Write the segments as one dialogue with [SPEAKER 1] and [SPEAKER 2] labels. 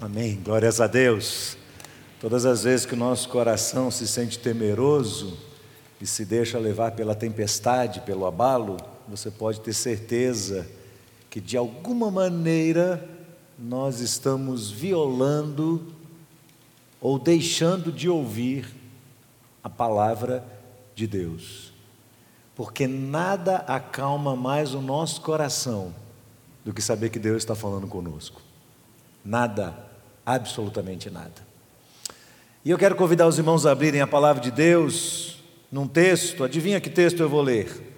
[SPEAKER 1] Amém, glórias a Deus. Todas as vezes que o nosso coração se sente temeroso e se deixa levar pela tempestade, pelo abalo, você pode ter certeza que de alguma maneira nós estamos violando ou deixando de ouvir a palavra de Deus. Porque nada acalma mais o nosso coração do que saber que Deus está falando conosco. Nada, absolutamente nada. E eu quero convidar os irmãos a abrirem a palavra de Deus num texto. Adivinha que texto eu vou ler?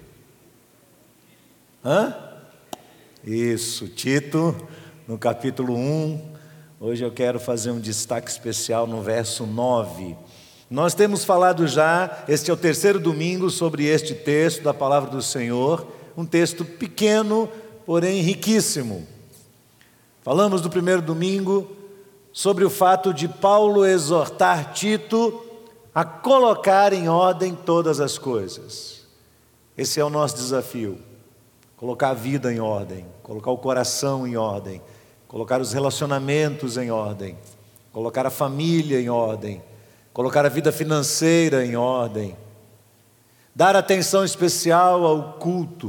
[SPEAKER 1] Isso, Tito, no capítulo 1. Hoje eu quero fazer um destaque especial no verso 9. Nós temos falado já, este é o terceiro domingo, sobre este texto da palavra do Senhor. Um texto pequeno, porém riquíssimo. Falamos no primeiro domingo sobre o fato de Paulo exortar Tito a colocar em ordem todas as coisas. Esse é o nosso desafio, colocar a vida em ordem, colocar o coração em ordem, colocar os relacionamentos em ordem, colocar a família em ordem, colocar a vida financeira em ordem, dar atenção especial ao culto,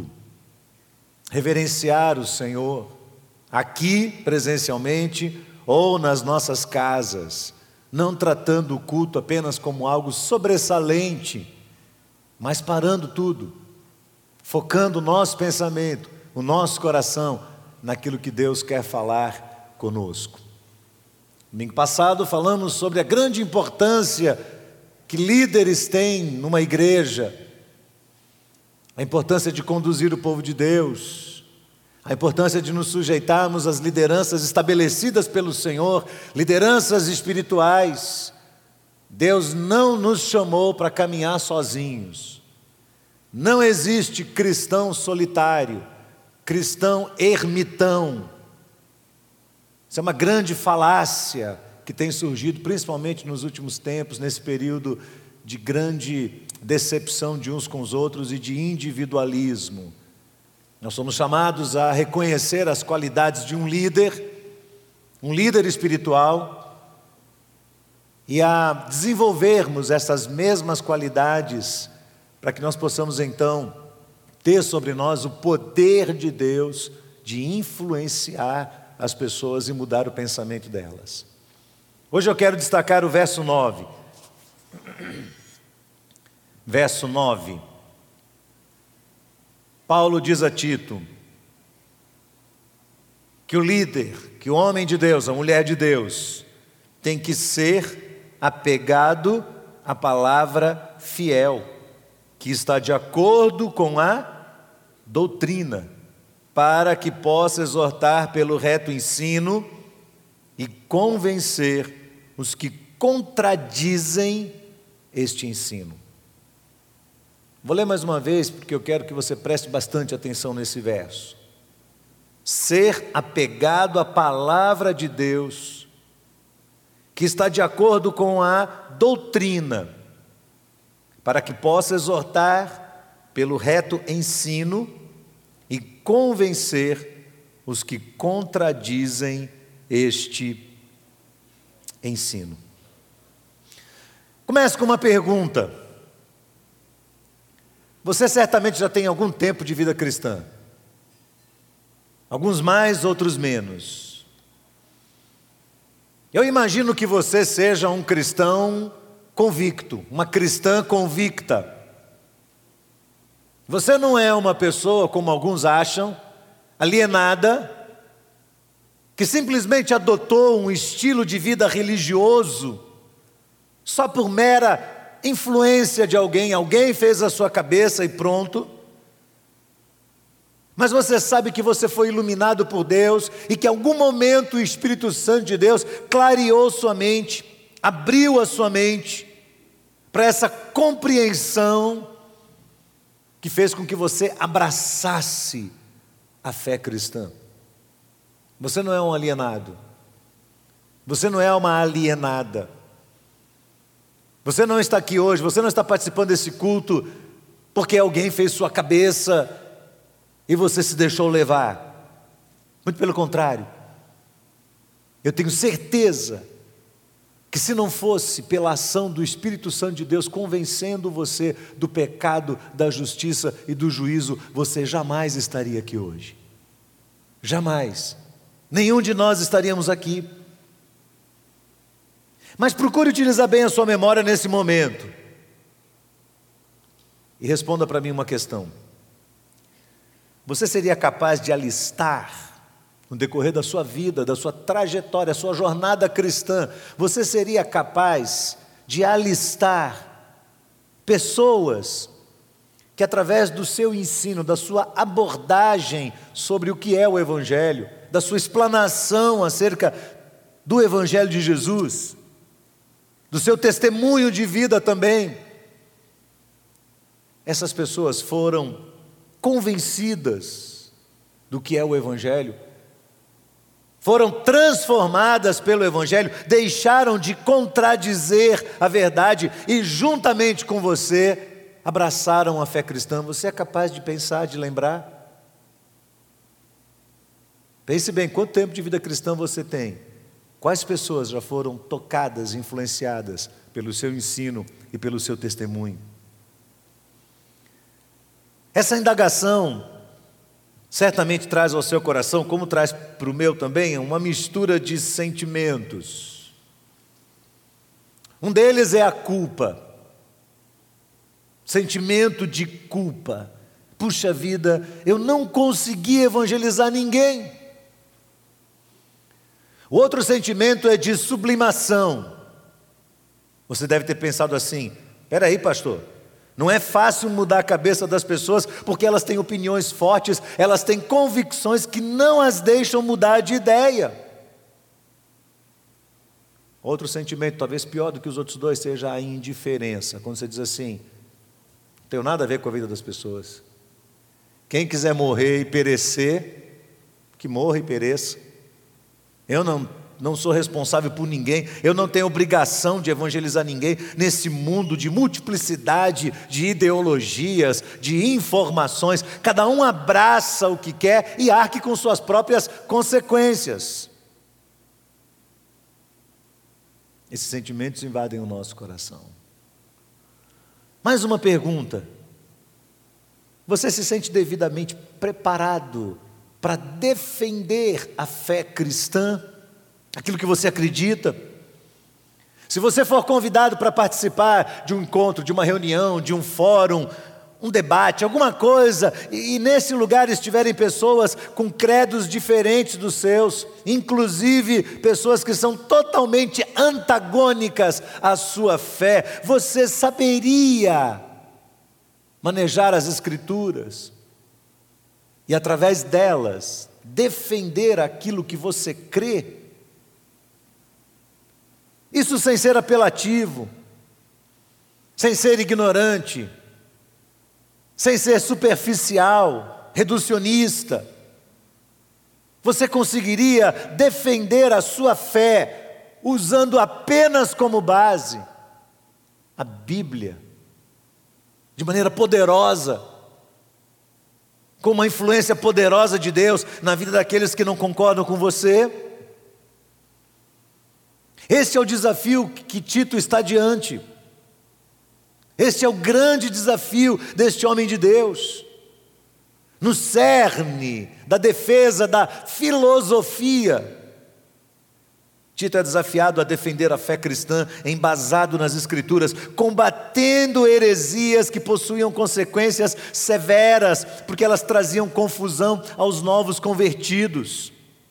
[SPEAKER 1] reverenciar o Senhor, aqui presencialmente ou nas nossas casas, não tratando o culto apenas como algo sobressalente, mas parando tudo, focando o nosso pensamento, o nosso coração naquilo que Deus quer falar conosco. Domingo passado falamos sobre a grande importância que líderes têm numa igreja, a importância de conduzir o povo de Deus, a importância de nos sujeitarmos às lideranças estabelecidas pelo Senhor, lideranças espirituais. Deus não nos chamou para caminhar sozinhos. Não existe cristão solitário, cristão ermitão. Isso é uma grande falácia que tem surgido, principalmente nos últimos tempos, nesse período de grande decepção de uns com os outros e de individualismo. Nós somos chamados a reconhecer as qualidades de um líder espiritual, e a desenvolvermos essas mesmas qualidades para que nós possamos então ter sobre nós o poder de Deus de influenciar as pessoas e mudar o pensamento delas. Hoje eu quero destacar o verso 9. Verso 9. Paulo diz a Tito que o líder, que o homem de Deus, a mulher de Deus, tem que ser apegado à palavra fiel, que está de acordo com a doutrina, para que possa exortar pelo reto ensino e convencer os que contradizem este ensino. Vou ler mais uma vez, porque eu quero que você preste bastante atenção nesse verso. Ser apegado à palavra de Deus, que está de acordo com a doutrina, para que possa exortar pelo reto ensino e convencer os que contradizem este ensino. Começo com uma pergunta. Você certamente já tem algum tempo de vida cristã. Alguns mais, outros menos. Eu imagino que você seja um cristão convicto, uma cristã convicta. Você não é uma pessoa, como alguns acham, alienada, que simplesmente adotou um estilo de vida religioso só por mera influência de alguém fez a sua cabeça e pronto. Mas você sabe que você foi iluminado por Deus e que em algum momento o Espírito Santo de Deus clareou sua mente, abriu a sua mente para essa compreensão que fez com que você abraçasse a fé cristã. Você não é um alienado, você não é uma alienada. Você não está aqui hoje, você não está participando desse culto porque alguém fez sua cabeça e você se deixou levar. Muito pelo contrário. Eu tenho certeza que se não fosse pela ação do Espírito Santo de Deus convencendo você do pecado, da justiça e do juízo, você jamais estaria aqui hoje. Jamais. Nenhum de nós estaríamos aqui. Mas procure utilizar bem a sua memória nesse momento. E responda para mim uma questão. Você seria capaz de alistar, no decorrer da sua vida, da sua trajetória, da sua jornada cristã, você seria capaz de alistar pessoas que através do seu ensino, da sua abordagem sobre o que é o Evangelho, da sua explanação acerca do Evangelho de Jesus, do seu testemunho de vida também, essas pessoas foram convencidas do que é o Evangelho, foram transformadas pelo Evangelho, deixaram de contradizer a verdade e juntamente com você abraçaram a fé cristã. Você é capaz de pensar, de lembrar? Pense bem, quanto tempo de vida cristã você tem? Quais pessoas já foram tocadas, influenciadas pelo seu ensino e pelo seu testemunho? Essa indagação certamente traz ao seu coração, como traz para o meu também, uma mistura de sentimentos. Um deles é a culpa, sentimento de culpa. Puxa vida, eu não consegui evangelizar ninguém. O outro sentimento é de sublimação. Você deve ter pensado assim: espera aí, pastor, não é fácil mudar a cabeça das pessoas, porque elas têm opiniões fortes, elas têm convicções que não as deixam mudar de ideia. Outro sentimento, talvez pior do que os outros dois, seja a indiferença. Quando você diz assim: não tenho nada a ver com a vida das pessoas. Quem quiser morrer e perecer, que morra e pereça. Eu não sou responsável por ninguém, eu não tenho obrigação de evangelizar ninguém nesse mundo de multiplicidade de ideologias, de informações. Cada um abraça o que quer e arque com suas próprias consequências. Esses sentimentos invadem o nosso coração. Mais uma pergunta: você se sente devidamente preparado para defender a fé cristã, aquilo que você acredita? Se você for convidado para participar de um encontro, de uma reunião, de um fórum, um debate, alguma coisa, e nesse lugar estiverem pessoas com credos diferentes dos seus, inclusive pessoas que são totalmente antagônicas à sua fé, você saberia manejar as Escrituras e através delas defender aquilo que você crê? Isso sem ser apelativo, sem ser ignorante, sem ser superficial, reducionista. Você conseguiria defender a sua fé usando apenas como base a Bíblia, de maneira poderosa, com uma influência poderosa de Deus na vida daqueles que não concordam com você? Esse é o desafio que Tito está diante. Este é o grande desafio deste homem de Deus. No cerne da defesa da filosofia, Tito é desafiado a defender a fé cristã embasado nas Escrituras, combatendo heresias que possuíam consequências severas, porque elas traziam confusão aos novos convertidos.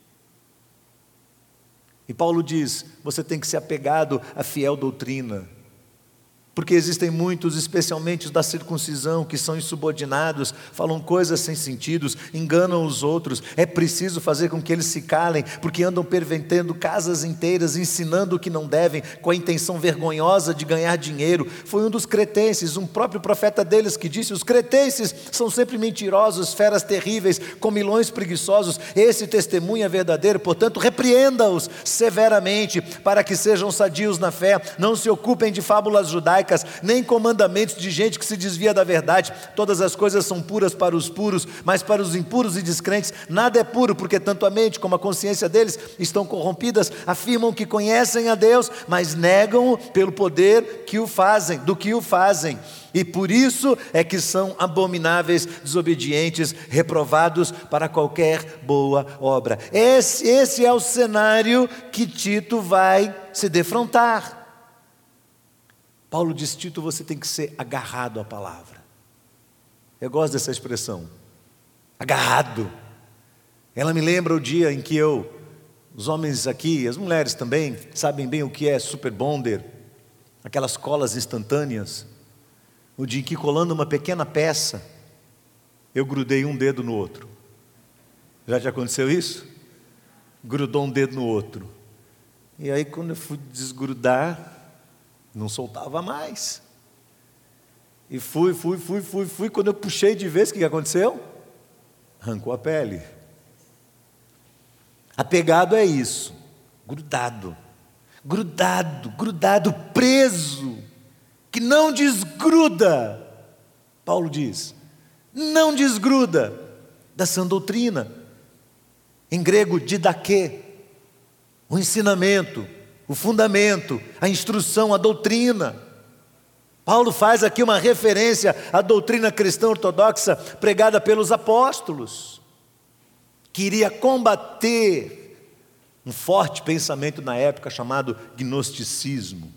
[SPEAKER 1] E Paulo diz: você tem que ser apegado à fiel doutrina, porque existem muitos, especialmente os da circuncisão, que são insubordinados, falam coisas sem sentido, enganam os outros. É preciso fazer com que eles se calem, porque andam pervertendo casas inteiras, ensinando o que não devem, com a intenção vergonhosa de ganhar dinheiro. Foi um dos cretenses, um próprio profeta deles, que disse: os cretenses são sempre mentirosos, feras terríveis, comilões preguiçosos. Esse testemunho é verdadeiro, portanto repreenda-os severamente, para que sejam sadios na fé, não se ocupem de fábulas judaicas, judaicas, nem com mandamentos de gente que se desvia da verdade. Todas as coisas são puras para os puros, mas para os impuros e descrentes nada é puro, porque tanto a mente como a consciência deles estão corrompidas. Afirmam que conhecem a Deus, mas negam-o pelo poder do que o fazem. E por isso é que são abomináveis, desobedientes, reprovados para qualquer boa obra. Esse é o cenário que Tito vai se defrontar. Paulo diz: Tito, você tem que ser agarrado à palavra. Eu gosto dessa expressão, agarrado. Ela me lembra o dia em que os homens aqui, as mulheres também, sabem bem o que é Super Bonder, aquelas colas instantâneas. O dia em que, colando uma pequena peça, eu grudei um dedo no outro. Já te aconteceu isso? Grudou um dedo no outro. E aí, quando eu fui desgrudar, não soltava mais. E fui. Quando eu puxei de vez, o que aconteceu? Arrancou a pele. Apegado é isso. Grudado, preso, que não desgruda. Paulo diz, não desgruda da sã doutrina. Em grego, didaquê, o ensinamento, o fundamento, a instrução, a doutrina. Paulo faz aqui uma referência à doutrina cristã ortodoxa pregada pelos apóstolos, que iria combater um forte pensamento na época chamado gnosticismo.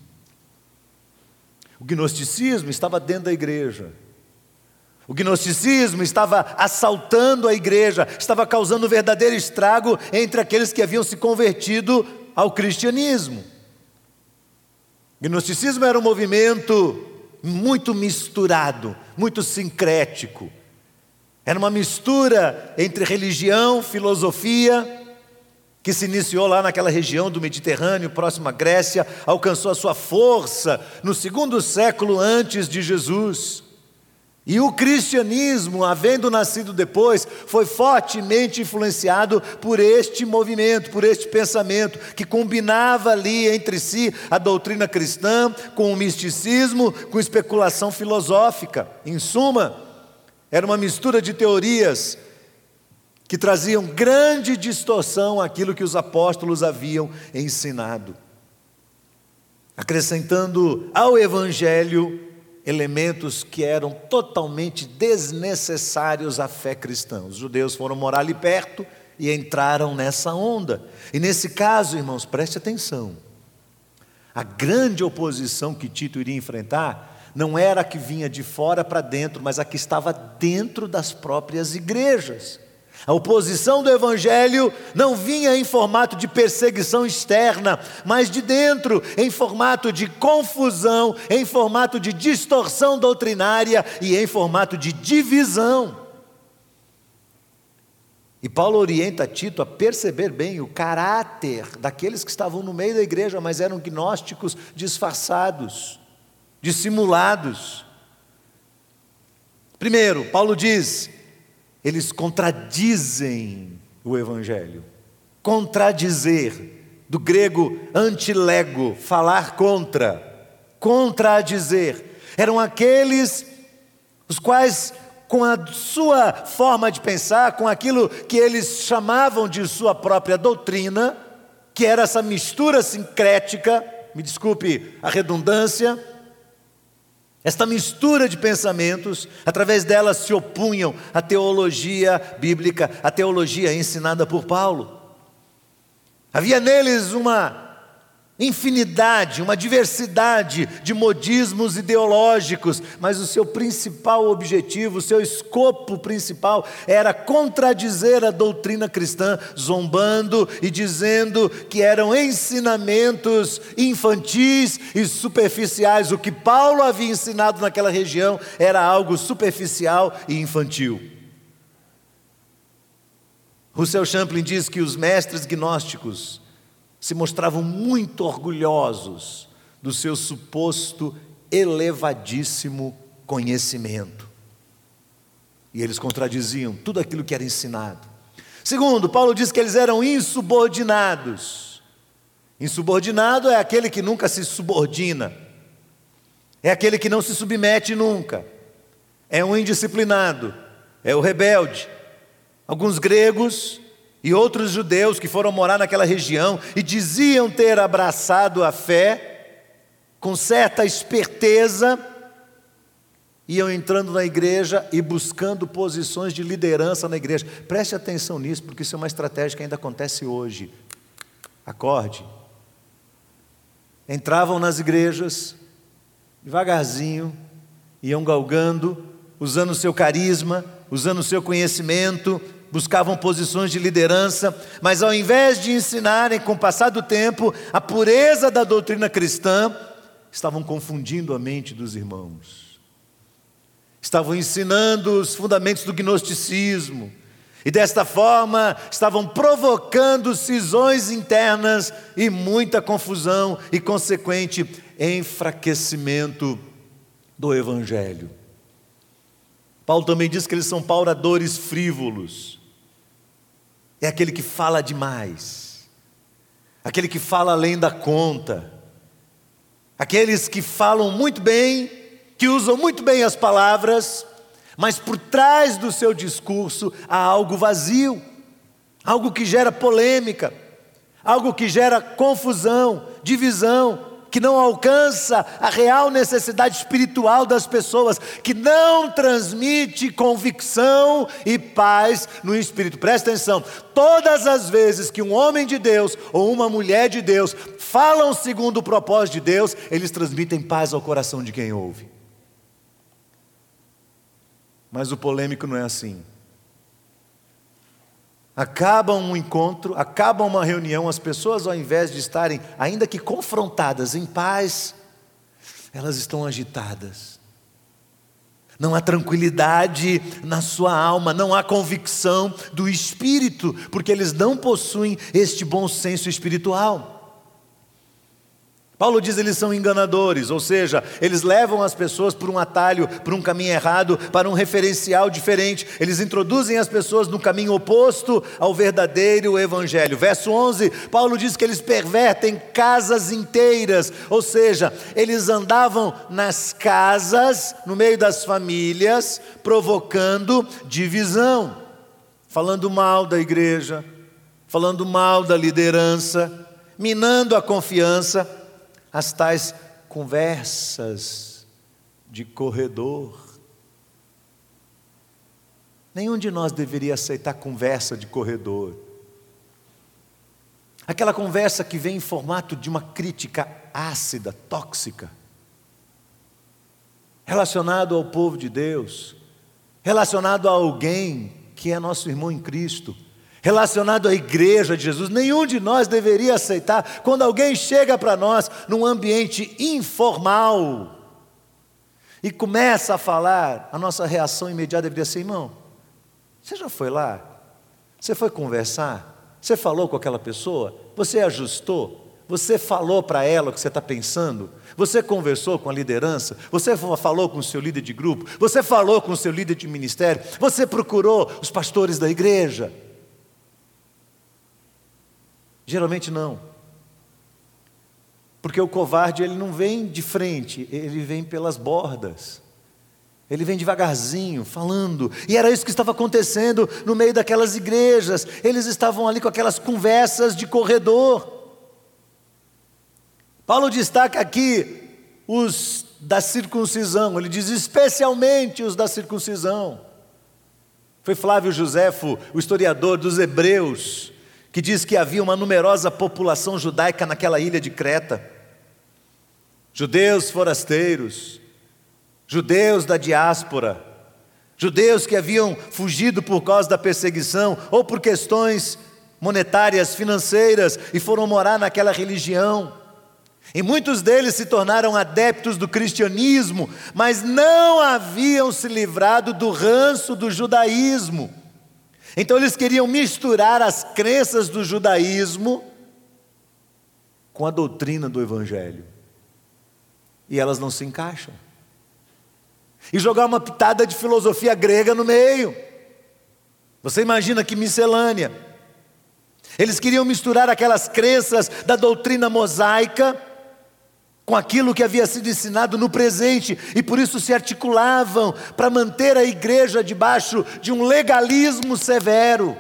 [SPEAKER 1] O gnosticismo estava dentro da igreja. O gnosticismo estava assaltando a igreja, estava causando verdadeiro estrago entre aqueles que haviam se convertido ao cristianismo. O gnosticismo era um movimento muito misturado, muito sincrético. Era uma mistura entre religião, filosofia, que se iniciou lá naquela região do Mediterrâneo, próximo à Grécia, alcançou a sua força no 2º século antes de Jesus. E o cristianismo, havendo nascido depois, foi fortemente influenciado por este movimento, por este pensamento, que combinava ali entre si a doutrina cristã com o misticismo, com especulação filosófica. Em suma, era uma mistura de teorias que traziam grande distorção àquilo que os apóstolos haviam ensinado, acrescentando ao evangelho elementos que eram totalmente desnecessários à fé cristã. Os judeus foram morar ali perto e entraram nessa onda. E nesse caso, irmãos, preste atenção, a grande oposição que Tito iria enfrentar não era a que vinha de fora para dentro, mas a que estava dentro das próprias igrejas. A oposição do evangelho não vinha em formato de perseguição externa, mas de dentro, em formato de confusão, em formato de distorção doutrinária e em formato de divisão. E Paulo orienta Tito a perceber bem o caráter daqueles que estavam no meio da igreja, mas eram gnósticos disfarçados, dissimulados. Primeiro, Paulo diz, eles contradizem o evangelho. Contradizer, do grego antilego, falar contra, contradizer. Eram aqueles os quais, com a sua forma de pensar, com aquilo que eles chamavam de sua própria doutrina, que era essa mistura sincrética, me desculpe a redundância, esta mistura de pensamentos, através dela se opunham à teologia bíblica, à teologia ensinada por Paulo. Havia neles uma infinidade, uma diversidade de modismos ideológicos, mas o seu principal objetivo, o seu escopo principal era contradizer a doutrina cristã, zombando e dizendo que eram ensinamentos infantis e superficiais. O que Paulo havia ensinado naquela região era algo superficial e infantil. Russell Champlin diz que os mestres gnósticos se mostravam muito orgulhosos do seu suposto elevadíssimo conhecimento. E eles contradiziam tudo aquilo que era ensinado. Segundo, Paulo diz que eles eram insubordinados. Insubordinado é aquele que nunca se subordina. é aquele que não se submete nunca, é um indisciplinado, é o rebelde. Alguns gregos e outros judeus que foram morar naquela região e diziam ter abraçado a fé com certa esperteza, iam entrando na igreja e buscando posições de liderança na igreja. Preste atenção nisso, porque isso é uma estratégia que ainda acontece hoje. Acorde. Entravam nas igrejas, devagarzinho, iam galgando, usando o seu carisma, usando o seu conhecimento, buscavam posições de liderança, mas ao invés de ensinarem com o passar do tempo a pureza da doutrina cristã, estavam confundindo a mente dos irmãos. Estavam ensinando os fundamentos do gnosticismo, e desta forma estavam provocando cisões internas e muita confusão e consequente enfraquecimento do Evangelho. Paulo também diz que eles são pauradores frívolos. É aquele que fala demais, aquele que fala além da conta, aqueles que falam muito bem, que usam muito bem as palavras, mas por trás do seu discurso há algo vazio, algo que gera polêmica, algo que gera confusão, divisão, que não alcança a real necessidade espiritual das pessoas, que não transmite convicção e paz no espírito. Presta atenção, todas as vezes que um homem de Deus ou uma mulher de Deus falam segundo o propósito de Deus, eles transmitem paz ao coração de quem ouve. Mas o polêmico não é assim. Acaba um encontro, acaba uma reunião, as pessoas, ao invés de estarem, ainda que confrontadas, em paz, elas estão agitadas. Não há tranquilidade na sua alma, não há convicção do espírito, porque eles não possuem este bom senso espiritual. Paulo diz que eles são enganadores, ou seja, eles levam as pessoas por um atalho, por um caminho errado, para um referencial diferente. Eles introduzem as pessoas no caminho oposto ao verdadeiro evangelho. Verso 11, Paulo diz que eles pervertem casas inteiras, ou seja, eles andavam nas casas, no meio das famílias, provocando divisão, falando mal da igreja, falando mal da liderança, minando a confiança. As tais conversas de corredor. Nenhum de nós deveria aceitar conversa de corredor. Aquela conversa que vem em formato de uma crítica ácida, tóxica, relacionado ao povo de Deus, relacionado a alguém que é nosso irmão em Cristo, relacionado à igreja de Jesus. Nenhum de nós deveria aceitar quando alguém chega para nós num ambiente informal e começa a falar, a nossa reação imediata deveria ser: irmão, você já foi lá? Você foi conversar? Você falou com aquela pessoa? Você ajustou? Você falou para ela o que você está pensando? Você conversou com a liderança? Você falou com o seu líder de grupo? Você falou com o seu líder de ministério? Você procurou os pastores da igreja? Geralmente não, porque o covarde ele não vem de frente, ele vem pelas bordas, ele vem devagarzinho, falando, e era isso que estava acontecendo no meio daquelas igrejas. Eles estavam ali com aquelas conversas de corredor. Paulo destaca aqui os da circuncisão, ele diz especialmente os da circuncisão. Foi Flávio Joséfo, o historiador dos Hebreus, que diz que havia uma numerosa população judaica naquela ilha de Creta. Judeus forasteiros, judeus da diáspora, judeus que haviam fugido por causa da perseguição ou por questões monetárias, financeiras, e foram morar naquela religião. E muitos deles se tornaram adeptos do cristianismo, mas não haviam se livrado do ranço do judaísmo. Então eles queriam misturar as crenças do judaísmo com a doutrina do evangelho. E elas não se encaixam. E jogar uma pitada de filosofia grega no meio. Você imagina que miscelânea. Eles queriam misturar aquelas crenças da doutrina mosaica com aquilo que havia sido ensinado no presente, e por isso se articulavam para manter a igreja debaixo de um legalismo severo.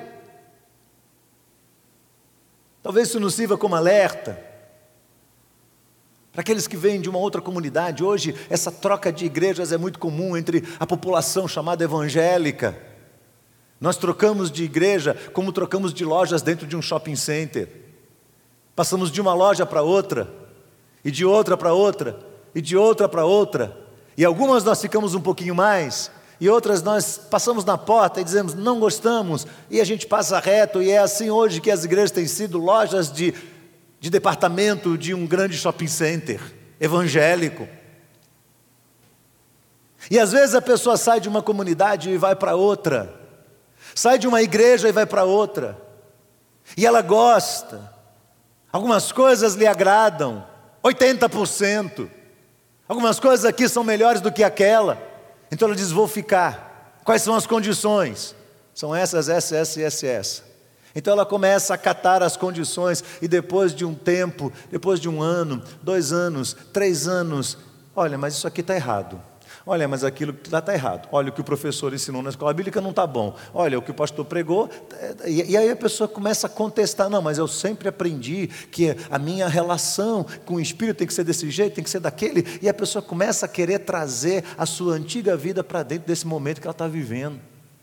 [SPEAKER 1] Talvez isso nos sirva como alerta para aqueles que vêm de uma outra comunidade. Hoje essa troca de igrejas é muito comum entre a população chamada evangélica. Nós trocamos de igreja como trocamos de lojas dentro de um shopping center. Passamos de uma loja para outra, e de outra para outra, e de outra para outra, e algumas nós ficamos um pouquinho mais, e outras nós passamos na porta e dizemos, não gostamos, e a gente passa reto, e é assim hoje que as igrejas têm sido lojas de departamento de um grande shopping center, evangélico. E às vezes a pessoa sai de uma comunidade e vai para outra, sai de uma igreja e vai para outra, e ela gosta, algumas coisas lhe agradam, 80%, algumas coisas aqui são melhores do que aquela, então ela diz, vou ficar. Quais são as condições? São essas, essa. Então ela começa a catar as condições, e depois de um tempo, depois de 1 ano, 2 anos, 3 anos, olha, mas isso aqui está errado. Olha, mas aquilo que lá está errado. Olha, o que o professor ensinou na escola bíblica não está bom. Olha, o que o pastor pregou. E aí a pessoa começa a contestar. Não, mas eu sempre aprendi que a minha relação com o Espírito tem que ser desse jeito, tem que ser daquele. E a pessoa começa a querer trazer a sua antiga vida para dentro desse momento que ela está vivendo.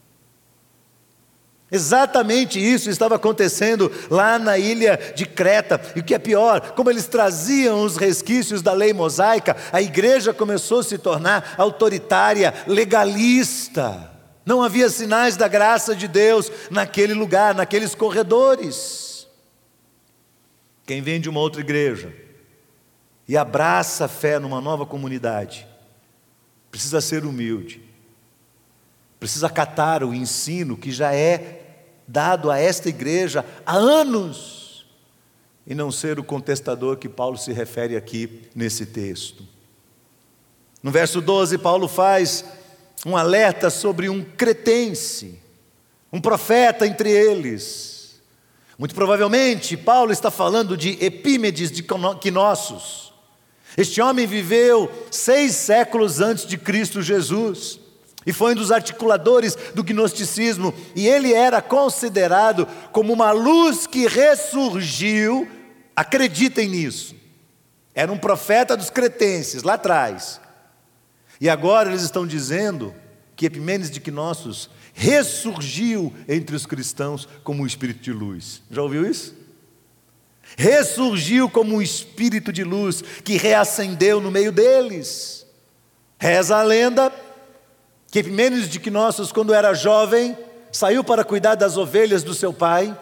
[SPEAKER 1] Exatamente isso estava acontecendo lá na ilha de Creta. E o que é pior, como eles traziam os resquícios da lei mosaica, a igreja começou a se tornar autoritária, legalista. Não havia sinais da graça de Deus naquele lugar, naqueles corredores. Quem vem de uma outra igreja e abraça a fé numa nova comunidade, precisa ser humilde. Precisa acatar o ensino que já é dado a esta igreja há anos, e não ser o contestador que Paulo se refere aqui nesse texto. No verso 12, Paulo faz um alerta sobre um cretense, um profeta entre eles. Muito provavelmente, Paulo está falando de Epímenes de Quinossos. Este homem viveu 6 séculos antes de Cristo Jesus, e foi um dos articuladores do gnosticismo, e ele era considerado como uma luz que ressurgiu, acreditem nisso, era um profeta dos cretenses, lá atrás, e agora eles estão dizendo que Epímenes de Quinossos ressurgiu entre os cristãos como um espírito de luz. Já ouviu isso? Ressurgiu como um espírito de luz que reacendeu no meio deles. Reza a lenda que Epímenes de Quinossos, quando era jovem, saiu para cuidar das ovelhas do seu pai,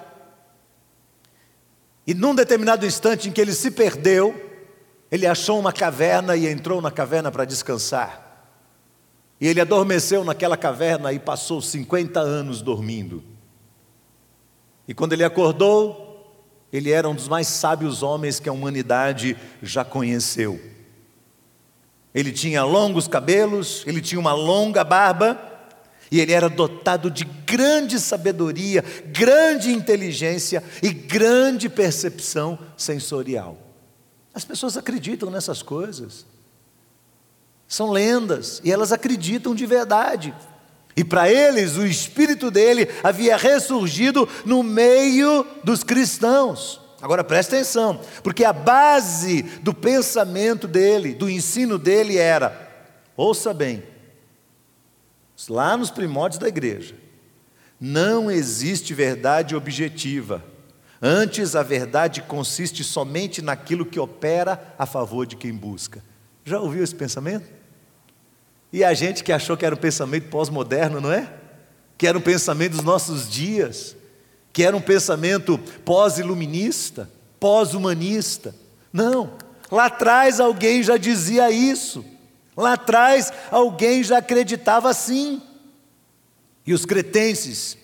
[SPEAKER 1] e num determinado instante em que ele se perdeu, ele achou uma caverna e entrou na caverna para descansar. E ele adormeceu naquela caverna e passou 50 anos dormindo. E quando ele acordou, ele era um dos mais sábios homens que a humanidade já conheceu. Ele tinha longos cabelos, ele tinha uma longa barba, e ele era dotado de grande sabedoria, grande inteligência e grande percepção sensorial. As pessoas acreditam nessas coisas. São lendas, e elas acreditam de verdade. E para eles, o espírito dele havia ressurgido no meio dos cristãos. Agora presta atenção, porque a base do pensamento dele, do ensino dele era, ouça bem, lá nos primórdios da igreja, não existe verdade objetiva, antes a verdade consiste somente naquilo que opera a favor de quem busca. Já ouviu esse pensamento? E a gente que achou que era um pensamento pós-moderno, não é? Que era um pensamento dos nossos dias, que era um pensamento pós-iluminista, pós-humanista. Não, lá atrás alguém já dizia isso, lá atrás alguém já acreditava assim. E os cretenses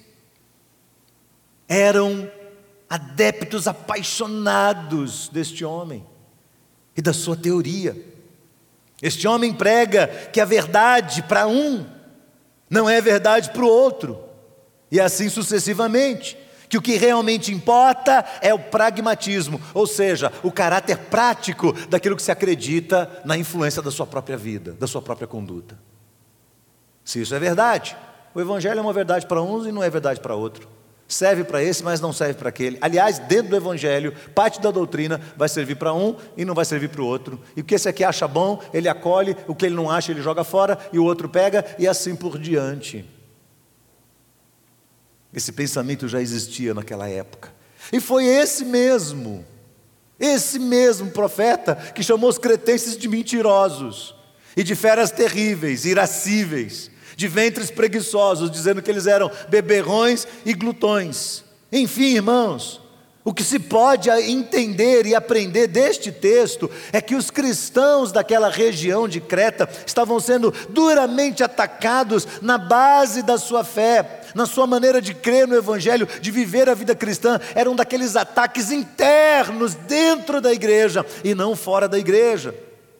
[SPEAKER 1] eram adeptos apaixonados deste homem e da sua teoria. Este homem prega que a verdade para um não é verdade para o outro, e assim sucessivamente. que o que realmente importa é o pragmatismo, ou seja, o caráter prático daquilo que se acredita na influência da sua própria vida, da sua própria conduta. Se isso é verdade, o Evangelho é uma verdade para uns e não é verdade para outro. Serve para esse, mas não serve para aquele. Aliás, dentro do Evangelho, parte da doutrina vai servir para um e não vai servir para o outro. E o que esse aqui acha bom, ele acolhe, o que ele não acha, ele joga fora, e o outro pega, e assim por diante. Esse pensamento já existia naquela época. E foi esse mesmo profeta que chamou os cretenses de mentirosos, e de feras terríveis, irascíveis, de ventres preguiçosos, dizendo que eles eram beberrões e glutões. Enfim, irmãos, o que se pode entender e aprender deste texto é que os cristãos daquela região de Creta estavam sendo duramente atacados na base da sua fé, na sua maneira de crer no Evangelho, de viver a vida cristã. Eram daqueles ataques internos dentro da igreja e não fora da igreja.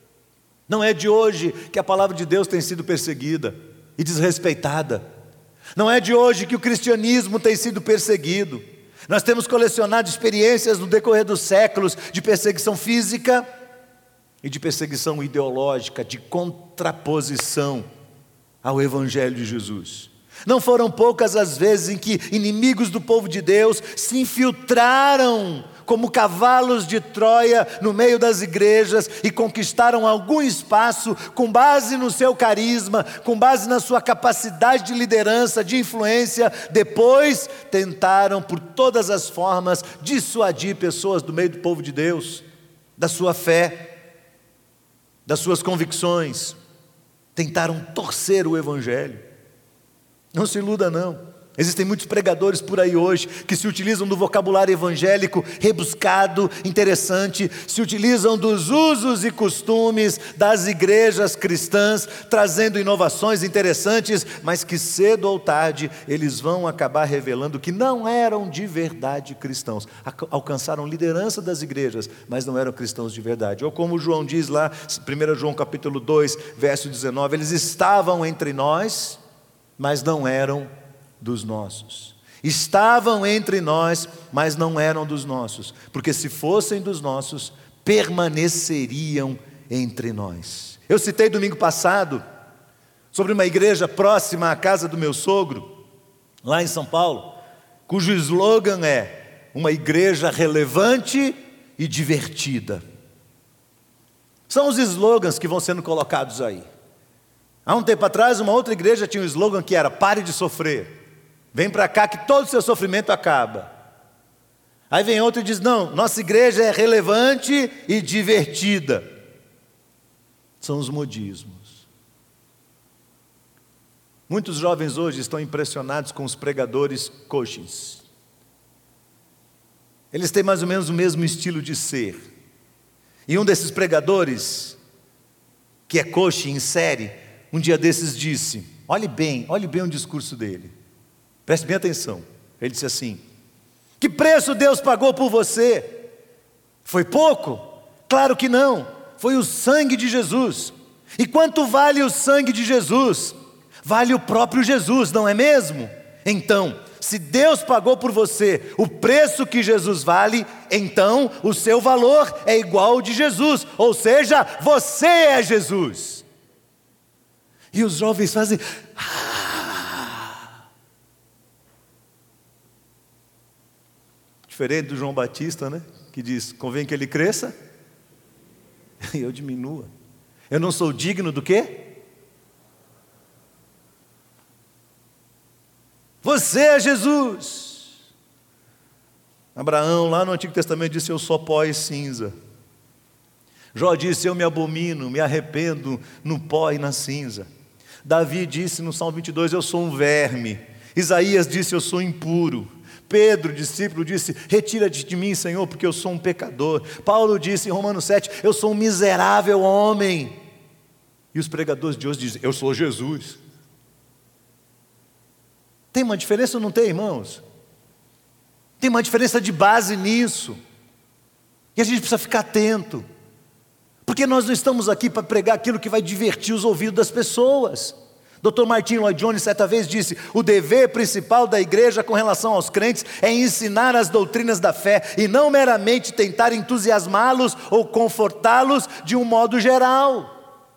[SPEAKER 1] Não é de hoje que a palavra de Deus tem sido perseguida e desrespeitada. Não é de hoje que o cristianismo tem sido perseguido. Nós temos colecionado experiências no decorrer dos séculos de perseguição física e de perseguição ideológica, de contraposição ao Evangelho de Jesus. Não foram poucas as vezes em que inimigos do povo de Deus se infiltraram como cavalos de Troia no meio das igrejas e conquistaram algum espaço com base no seu carisma, com base na sua capacidade de liderança, de influência. Depois tentaram por todas as formas dissuadir pessoas do meio do povo de Deus, da sua fé, das suas convicções. Tentaram torcer o Evangelho. Não se iluda não. Existem muitos pregadores por aí hoje que se utilizam do vocabulário evangélico rebuscado, interessante, se utilizam dos usos e costumes das igrejas cristãs, trazendo inovações interessantes, mas que cedo ou tarde eles vão acabar revelando que não eram de verdade cristãos. Alcançaram liderança das igrejas, mas não eram cristãos de verdade. Ou como João diz lá, 1 João capítulo 2, verso 19, eles estavam entre nós, mas não eram dos nossos. Estavam entre nós, mas não eram dos nossos, porque se fossem dos nossos, permaneceriam entre nós. Eu citei domingo passado sobre uma igreja próxima à casa do meu sogro, lá em São Paulo, cujo slogan é uma igreja relevante e divertida. São os slogans que vão sendo colocados aí. Há um tempo atrás, uma outra igreja tinha um slogan que era: pare de sofrer. Vem para cá que todo o seu sofrimento acaba. Aí vem outro e diz: não, nossa igreja é relevante e divertida. São os modismos. Muitos jovens hoje estão impressionados com os pregadores coaches. Eles têm mais ou menos o mesmo estilo de ser. E um desses pregadores, que é coach em série, um dia desses disse, olhe bem o discurso dele. Preste bem atenção. Ele disse assim: que preço Deus pagou por você? Foi pouco? Claro que não. Foi o sangue de Jesus. E quanto vale o sangue de Jesus? Vale o próprio Jesus, não é mesmo? Então, se Deus pagou por você o preço que Jesus vale, então o seu valor é igual ao de Jesus. Ou seja, você é Jesus. E os jovens fazem... Diferente do João Batista, né? Que diz, convém que ele cresça e eu diminua. Eu não sou digno do quê? Você é Jesus. Abraão, lá no Antigo Testamento, disse, eu sou pó e cinza. Jó disse, eu me abomino, me arrependo no pó e na cinza. Davi disse no Salmo 22, eu sou um verme. Isaías disse, eu sou impuro. Pedro, discípulo, disse, retira-te de mim, Senhor, porque eu sou um pecador. Paulo disse em Romanos 7, eu sou um miserável homem. E os pregadores de hoje dizem, eu sou Jesus. Tem uma diferença ou não tem, irmãos? Tem uma diferença de base nisso. E a gente precisa ficar atento. Porque nós não estamos aqui para pregar aquilo que vai divertir os ouvidos das pessoas. Dr. Martin Lloyd Jones certa vez disse: o dever principal da igreja com relação aos crentes é ensinar as doutrinas da fé e não meramente tentar entusiasmá-los ou confortá-los de um modo geral.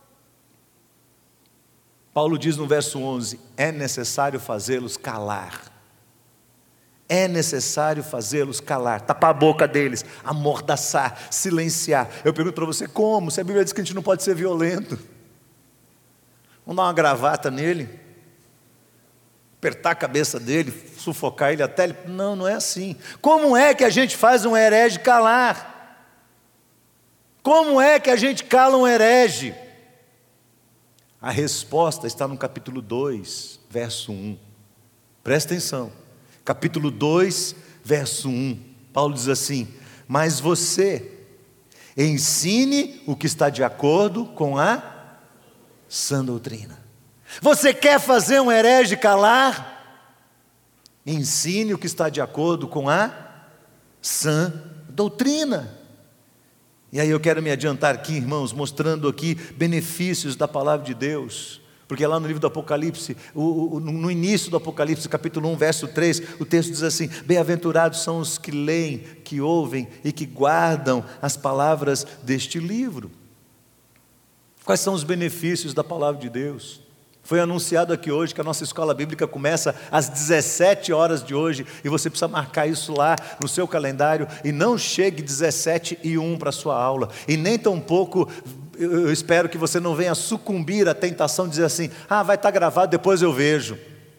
[SPEAKER 1] Paulo diz no verso 11: é necessário fazê-los calar. É necessário fazê-los calar, tapar a boca deles, amordaçar, silenciar. Eu pergunto para você, como? Se a Bíblia diz que a gente não pode ser violento. Vamos dar uma gravata nele, apertar a cabeça dele, sufocar ele até ele... Não, não é assim. Como é que a gente faz um herege calar? Como é que a gente cala um herege? A resposta está no capítulo 2, verso 1. Presta atenção. Capítulo 2, verso 1. Paulo diz assim: mas você ensine o que está de acordo com a sã doutrina. Você quer fazer um herege calar? Ensine o que está de acordo com a sã doutrina. E aí eu quero me adiantar aqui, irmãos, mostrando aqui benefícios da palavra de Deus. Porque lá no livro do Apocalipse, no início do Apocalipse, capítulo 1, verso 3, o texto diz assim: bem-aventurados são os que leem, que ouvem e que guardam as palavras deste livro. Quais são os benefícios da palavra de Deus? Foi anunciado aqui hoje que a nossa escola bíblica começa às 17 horas de hoje, e você precisa marcar isso lá no seu calendário, e não chegue 17:01 para a sua aula, e nem tampouco, eu espero que você não venha sucumbir à tentação de dizer assim: vai estar gravado, depois eu vejo.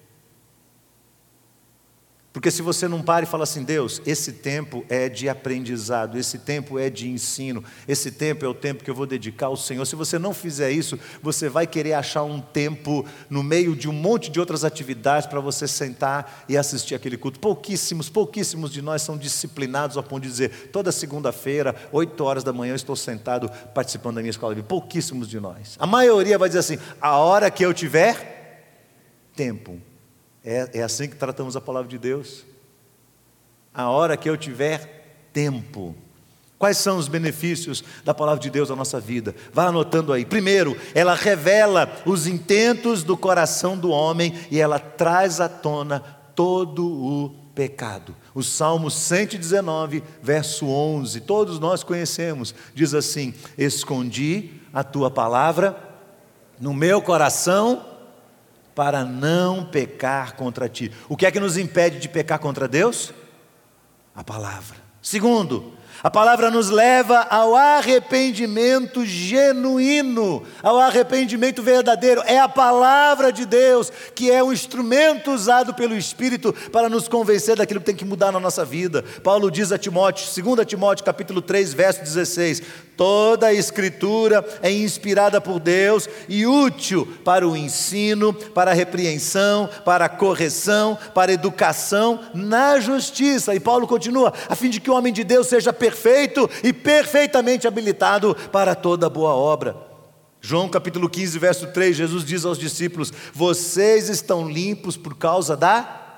[SPEAKER 1] Porque se você não para e fala assim: Deus, esse tempo é de aprendizado, esse tempo é de ensino, esse tempo é o tempo que eu vou dedicar ao Senhor. Se você não fizer isso, você vai querer achar um tempo no meio de um monte de outras atividades para você sentar e assistir aquele culto. Pouquíssimos de nós são disciplinados ao ponto de dizer: toda segunda-feira, 8 horas da manhã, eu estou sentado participando da minha escola bíblica. Pouquíssimos de nós. A maioria vai dizer assim: a hora que eu tiver tempo. É assim que tratamos a palavra de Deus. A hora que eu tiver tempo. Quais são os benefícios da palavra de Deus na nossa vida? Vá anotando aí. Primeiro, ela revela os intentos do coração do homem e ela traz à tona todo o pecado. O Salmo 119, verso 11, todos nós conhecemos, diz assim: escondi a tua palavra no meu coração para não pecar contra ti. O que é que nos impede de pecar contra Deus? A palavra. Segundo, a palavra nos leva ao arrependimento genuíno, ao arrependimento verdadeiro. É a palavra de Deus que é o instrumento usado pelo Espírito para nos convencer daquilo que tem que mudar na nossa vida. Paulo diz a Timóteo, 2 Timóteo capítulo 3, verso 16: toda a Escritura é inspirada por Deus e útil para o ensino, para a repreensão, para a correção, para a educação na justiça. E Paulo continua: a fim de que o homem de Deus seja perfeito e perfeitamente habilitado para toda boa obra. João capítulo 15, verso 3, Jesus diz aos discípulos: vocês estão limpos por causa da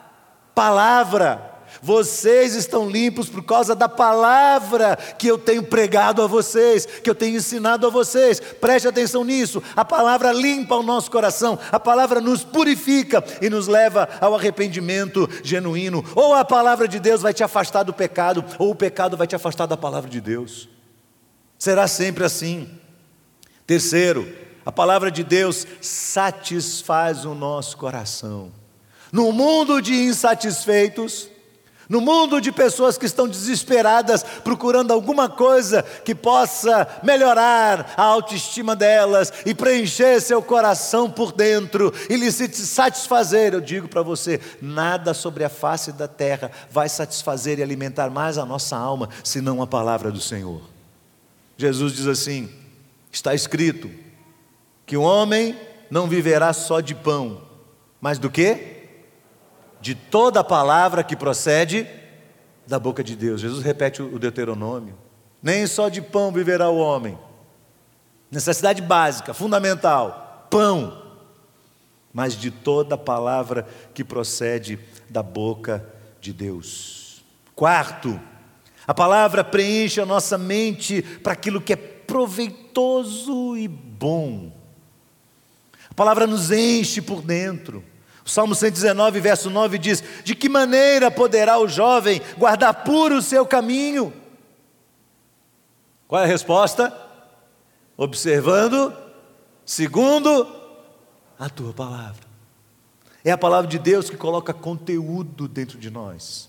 [SPEAKER 1] palavra. Vocês estão limpos por causa da palavra que eu tenho pregado a vocês, que eu tenho ensinado a vocês. Preste atenção nisso. A palavra limpa o nosso coração, a palavra nos purifica e nos leva ao arrependimento genuíno. Ou a palavra de Deus vai te afastar do pecado, ou o pecado vai te afastar da palavra de Deus. Será sempre assim. Terceiro, a palavra de Deus satisfaz o nosso coração. No mundo de insatisfeitos, no mundo de pessoas que estão desesperadas, procurando alguma coisa que possa melhorar a autoestima delas e preencher seu coração por dentro e lhe satisfazer, eu digo para você, nada sobre a face da terra vai satisfazer e alimentar mais a nossa alma, senão a palavra do Senhor. Jesus diz assim: está escrito que o homem não viverá só de pão, mas do quê? De toda a palavra que procede da boca de Deus. Jesus repete o Deuteronômio: nem só de pão viverá o homem. Necessidade básica, fundamental, pão, mas de toda a palavra que procede da boca de Deus. Quarto, a palavra preenche a nossa mente para aquilo que é proveitoso e bom. A palavra nos enche por dentro. O Salmo 119, verso 9 diz: de que maneira poderá o jovem guardar puro o seu caminho? Qual é a resposta? Observando, segundo a tua palavra. É a palavra de Deus que coloca conteúdo dentro de nós.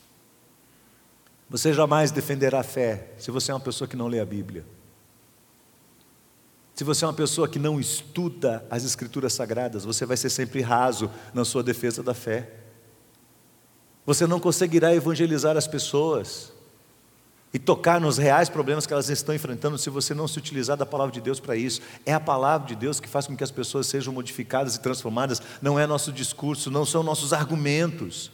[SPEAKER 1] Você jamais defenderá a fé se você é uma pessoa que não lê a Bíblia. Se você é uma pessoa que não estuda as Escrituras Sagradas, você vai ser sempre raso na sua defesa da fé. Você não conseguirá evangelizar as pessoas e tocar nos reais problemas que elas estão enfrentando se você não se utilizar da palavra de Deus para isso. É a palavra de Deus que faz com que as pessoas sejam modificadas e transformadas, não é nosso discurso, não são nossos argumentos.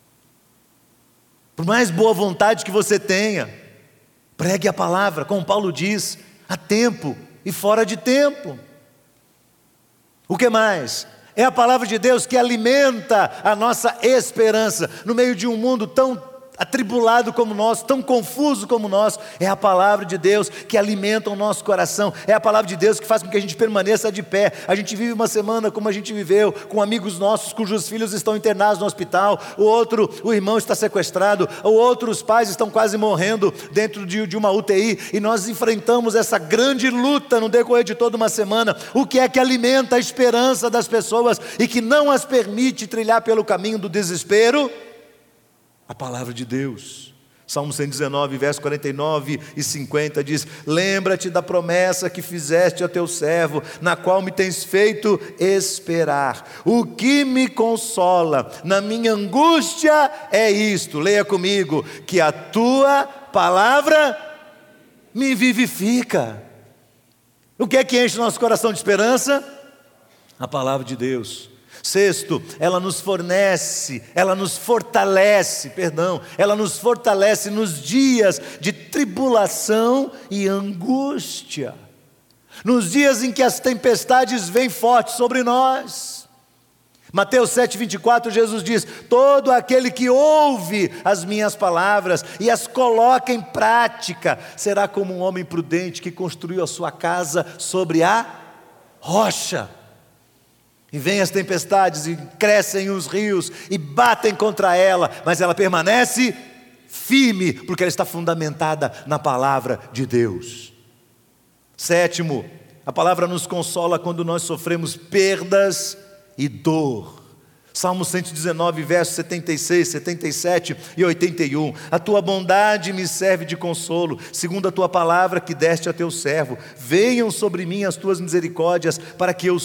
[SPEAKER 1] Por mais boa vontade que você tenha, pregue a palavra, como Paulo diz, a tempo e fora de tempo. O que mais? É a palavra de Deus que alimenta a nossa esperança no meio de um mundo tão atribulado como o nosso, tão confuso como o nosso. É a palavra de Deus que alimenta o nosso coração. É a palavra de Deus que faz com que a gente permaneça de pé. A gente vive uma semana como a gente viveu, com amigos nossos cujos filhos estão internados no hospital, o irmão está sequestrado, os pais estão quase morrendo dentro de uma UTI, e nós enfrentamos essa grande luta no decorrer de toda uma semana. O que é que alimenta a esperança das pessoas e que não as permite trilhar pelo caminho do desespero? A palavra de Deus. Salmo 119, verso 49 e 50 diz: lembra-te da promessa que fizeste a teu servo, na qual me tens feito esperar. O que me consola na minha angústia é isto, leia comigo, que a tua palavra me vivifica. O que é que enche nosso coração de esperança? A palavra de Deus. Sexto, ela nos fornece, ela nos fortalece nos dias de tribulação e angústia, nos dias em que as tempestades vêm fortes sobre nós. Mateus 7,24, Jesus diz: todo aquele que ouve as minhas palavras e as coloca em prática, será como um homem prudente que construiu a sua casa sobre a rocha. E vêm as tempestades, e crescem os rios, e batem contra ela, mas ela permanece firme, porque ela está fundamentada na palavra de Deus. Sétimo, a palavra nos consola quando nós sofremos perdas e dor. Salmo 119, versos 76, 77 e 81. A tua bondade me serve de consolo, segundo a tua palavra que deste a teu servo. Venham sobre mim as tuas misericórdias, para que eu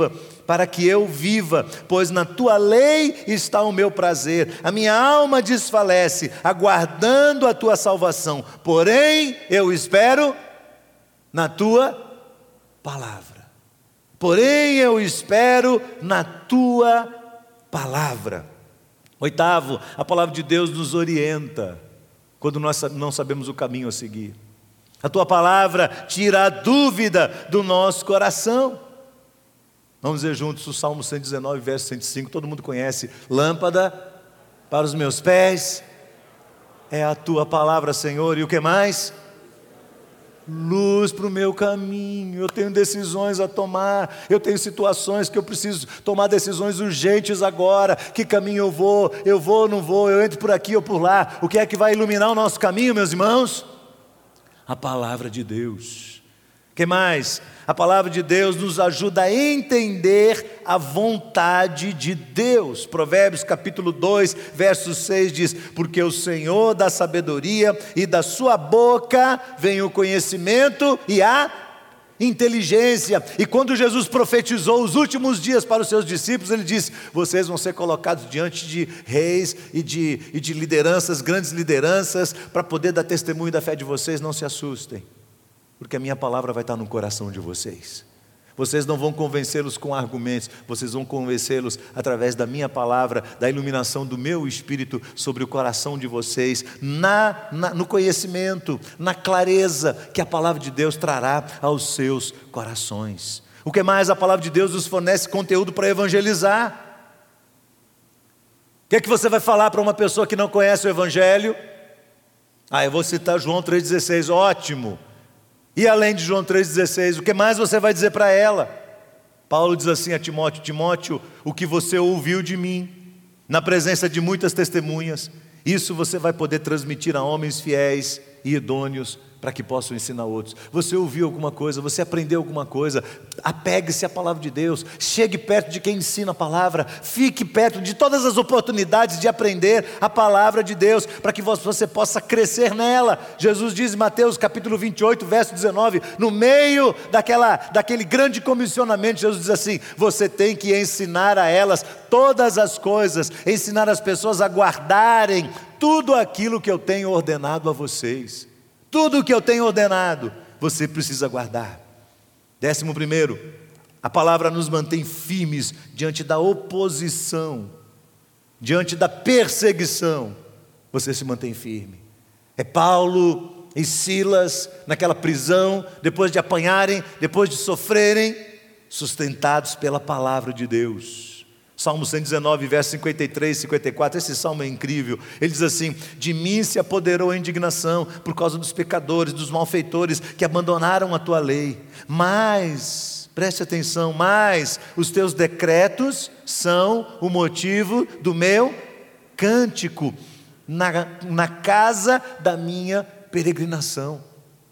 [SPEAKER 1] viva, pois na tua lei está o meu prazer. A minha alma desfalece, aguardando a tua salvação, porém eu espero na tua palavra. Porém eu espero na tua palavra. Oitavo, a palavra de Deus nos orienta quando nós não sabemos o caminho a seguir. A tua palavra tira a dúvida do nosso coração. Vamos dizer juntos o Salmo 119, verso 105, todo mundo conhece: lâmpada para os meus pés é a tua palavra, Senhor, e o que mais? Luz para o meu caminho. Eu tenho decisões a tomar, eu tenho situações que eu preciso tomar decisões urgentes agora. Que caminho eu vou, não vou, eu entro por aqui ou por lá. O que é que vai iluminar o nosso caminho, meus irmãos? A palavra de Deus. O que mais? A palavra de Deus nos ajuda a entender a vontade de Deus. Provérbios capítulo 2, verso 6 diz: porque o Senhor dá sabedoria, e da sua boca vem o conhecimento e a inteligência. E quando Jesus profetizou os últimos dias para os seus discípulos, ele disse: vocês vão ser colocados diante de reis e de lideranças, grandes lideranças, para poder dar testemunho da fé de vocês. Não se assustem, porque a minha palavra vai estar no coração de vocês. Vocês não vão convencê-los com argumentos, vocês vão convencê-los através da minha palavra, da iluminação do meu Espírito sobre o coração de vocês, no conhecimento, na clareza que a palavra de Deus trará aos seus corações. O que mais? A palavra de Deus nos fornece conteúdo para evangelizar. O que é que você vai falar para uma pessoa que não conhece o Evangelho? Eu vou citar João 3,16, ótimo. E além de João 3,16, o que mais você vai dizer para ela? Paulo diz assim a Timóteo: Timóteo, o que você ouviu de mim, na presença de muitas testemunhas, isso você vai poder transmitir a homens fiéis e idôneos, para que possam ensinar outros. Você ouviu alguma coisa, você aprendeu alguma coisa, apegue-se à palavra de Deus, chegue perto de quem ensina a palavra, fique perto de todas as oportunidades de aprender a palavra de Deus, para que você possa crescer nela. Jesus diz em Mateus capítulo 28, verso 19, no meio daquele grande comissionamento, Jesus diz assim: você tem que ensinar a elas todas as coisas, ensinar as pessoas a guardarem tudo aquilo que eu tenho ordenado a vocês. Tudo o que eu tenho ordenado, você precisa guardar. 11º, a palavra nos mantém firmes diante da oposição, diante da perseguição. Você se mantém firme. É Paulo e Silas naquela prisão, depois de apanharem, depois de sofrerem, sustentados pela palavra de Deus. Salmo 119, versos 53 e 54, esse salmo é incrível. Ele diz assim: de mim se apoderou a indignação por causa dos pecadores, dos malfeitores que abandonaram a tua lei. Mas, preste atenção, mas os teus decretos são o motivo do meu cântico na casa da minha peregrinação.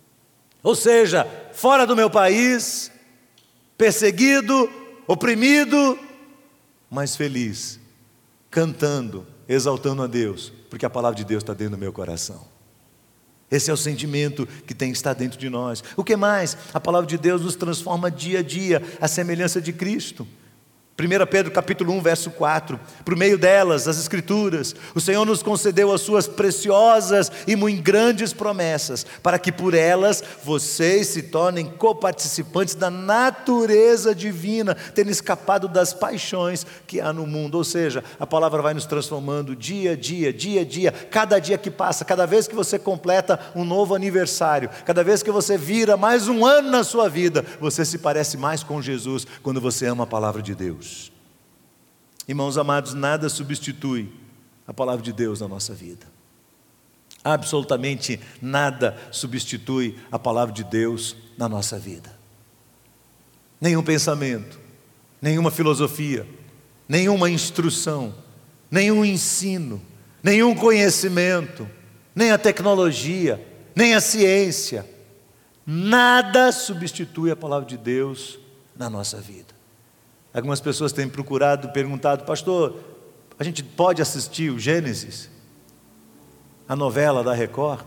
[SPEAKER 1] Ou seja, fora do meu país, perseguido, oprimido, mas feliz, cantando, exaltando a Deus, porque a palavra de Deus está dentro do meu coração. Esse é o sentimento que tem que estar dentro de nós. O que mais? A palavra de Deus nos transforma dia a dia, à semelhança de Cristo. 1 Pedro capítulo 1, verso 4, por meio delas, as Escrituras, o Senhor nos concedeu as suas preciosas e muito grandes promessas, para que por elas vocês se tornem coparticipantes da natureza divina, tendo escapado das paixões que há no mundo. Ou seja, a palavra vai nos transformando dia a dia, cada dia que passa, cada vez que você completa um novo aniversário, cada vez que você vira mais um ano na sua vida, você se parece mais com Jesus, quando você ama a palavra de Deus. Irmãos amados, nada substitui a palavra de Deus na nossa vida. Absolutamente nada substitui a palavra de Deus na nossa vida. Nenhum pensamento, nenhuma filosofia, nenhuma instrução, nenhum ensino, nenhum conhecimento, nem a tecnologia, nem a ciência, nada substitui a palavra de Deus na nossa vida. Algumas pessoas têm perguntado: pastor, a gente pode assistir o Gênesis? A novela da Record?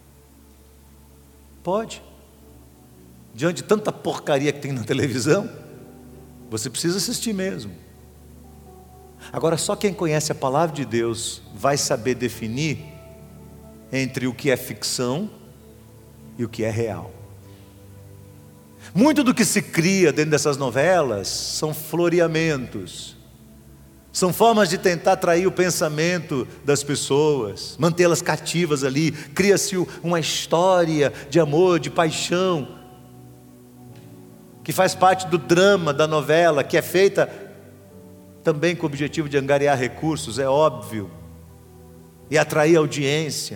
[SPEAKER 1] Pode. Diante de tanta porcaria que tem na televisão, você precisa assistir mesmo. Agora, só quem conhece a palavra de Deus vai saber definir entre o que é ficção e o que é real. Muito do que se cria dentro dessas novelas são floreamentos, são formas de tentar atrair o pensamento das pessoas, mantê-las cativas ali. Cria-se uma história de amor, de paixão, que faz parte do drama da novela, que é feita também com o objetivo de angariar recursos, é óbvio, e atrair audiência.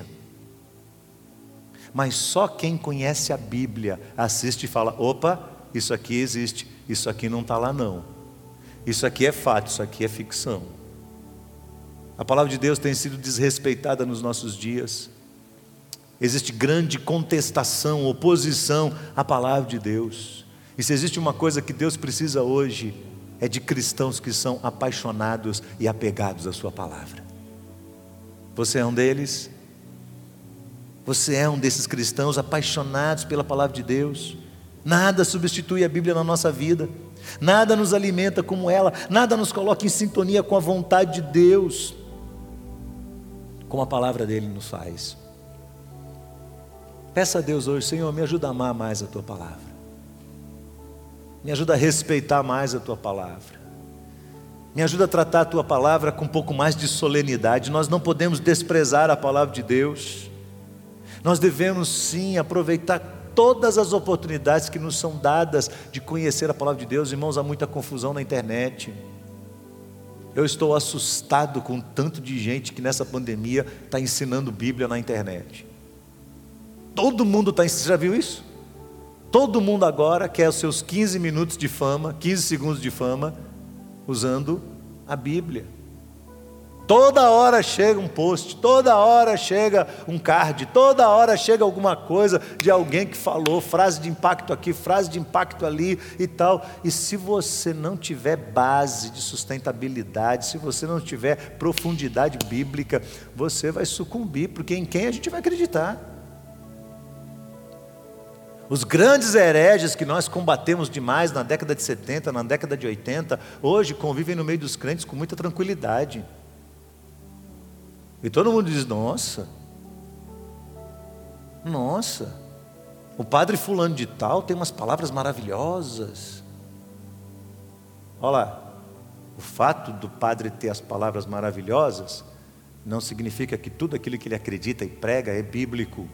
[SPEAKER 1] Mas só quem conhece a Bíblia assiste e fala: opa, isso aqui existe, isso aqui não está lá não, isso aqui é fato, isso aqui é ficção. A palavra de Deus tem sido desrespeitada nos nossos dias. Existe grande contestação, oposição à palavra de Deus. E se existe uma coisa que Deus precisa hoje, é de cristãos que são apaixonados e apegados à sua palavra. Você é um deles? Você é um desses cristãos apaixonados pela palavra de Deus? Nada substitui a Bíblia na nossa vida, nada nos alimenta como ela, nada nos coloca em sintonia com a vontade de Deus, como a palavra dele nos faz. Peça a Deus hoje: Senhor, me ajuda a amar mais a tua palavra, me ajuda a respeitar mais a tua palavra, me ajuda a tratar a tua palavra com um pouco mais de solenidade. Nós não podemos desprezar a palavra de Deus. Nós devemos sim aproveitar todas as oportunidades que nos são dadas de conhecer a palavra de Deus. Irmãos, há muita confusão na internet. Eu estou assustado com o tanto de gente que nessa pandemia está ensinando Bíblia na internet. Todo mundo está ensinando. Você já viu isso? Todo mundo agora quer os seus 15 minutos de fama, 15 segundos de fama, usando a Bíblia. Toda hora chega um post, toda hora chega um card, toda hora chega alguma coisa de alguém que falou, frase de impacto aqui, frase de impacto ali e tal. E se você não tiver base de sustentabilidade, se você não tiver profundidade bíblica, você vai sucumbir, porque em quem a gente vai acreditar? Os grandes hereges que nós combatemos demais na década de 70, na década de 80, hoje convivem no meio dos crentes com muita tranquilidade. E todo mundo diz, nossa, o padre fulano de tal tem umas palavras maravilhosas. Olha lá, o fato do padre ter as palavras maravilhosas não significa que tudo aquilo que ele acredita e prega é bíblico.